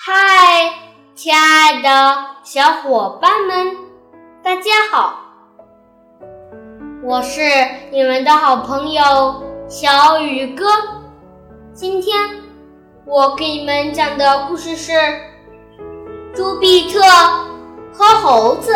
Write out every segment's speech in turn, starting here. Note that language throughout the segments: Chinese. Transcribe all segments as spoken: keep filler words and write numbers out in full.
嗨，亲爱的小伙伴们，大家好！我是你们的好朋友小雨哥。今天我给你们讲的故事是朱庇特和猴子。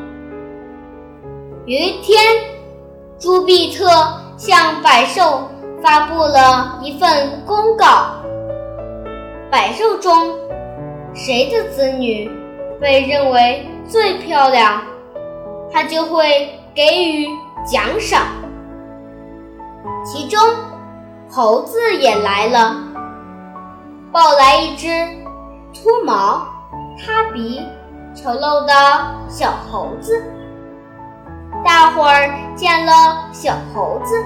有一天，朱庇特向百兽发布了一份公告，百兽中谁的子女被认为最漂亮，他就会给予奖赏。其中猴子也来了，抱来一只秃毛、塌鼻、丑陋的小猴子。大伙儿见了小猴子，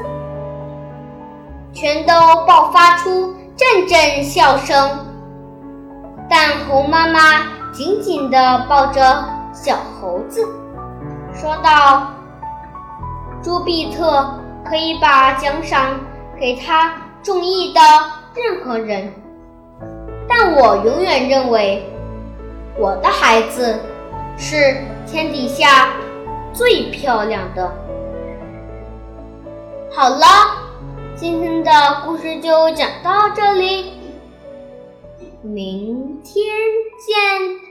全都爆发出阵阵笑声。但猴妈妈紧紧地抱着小猴子，说道：朱庇特可以把奖赏给他中意的任何人，但我永远认为我的孩子是天底下最漂亮的。好了，今天的故事就讲到这里，明天见。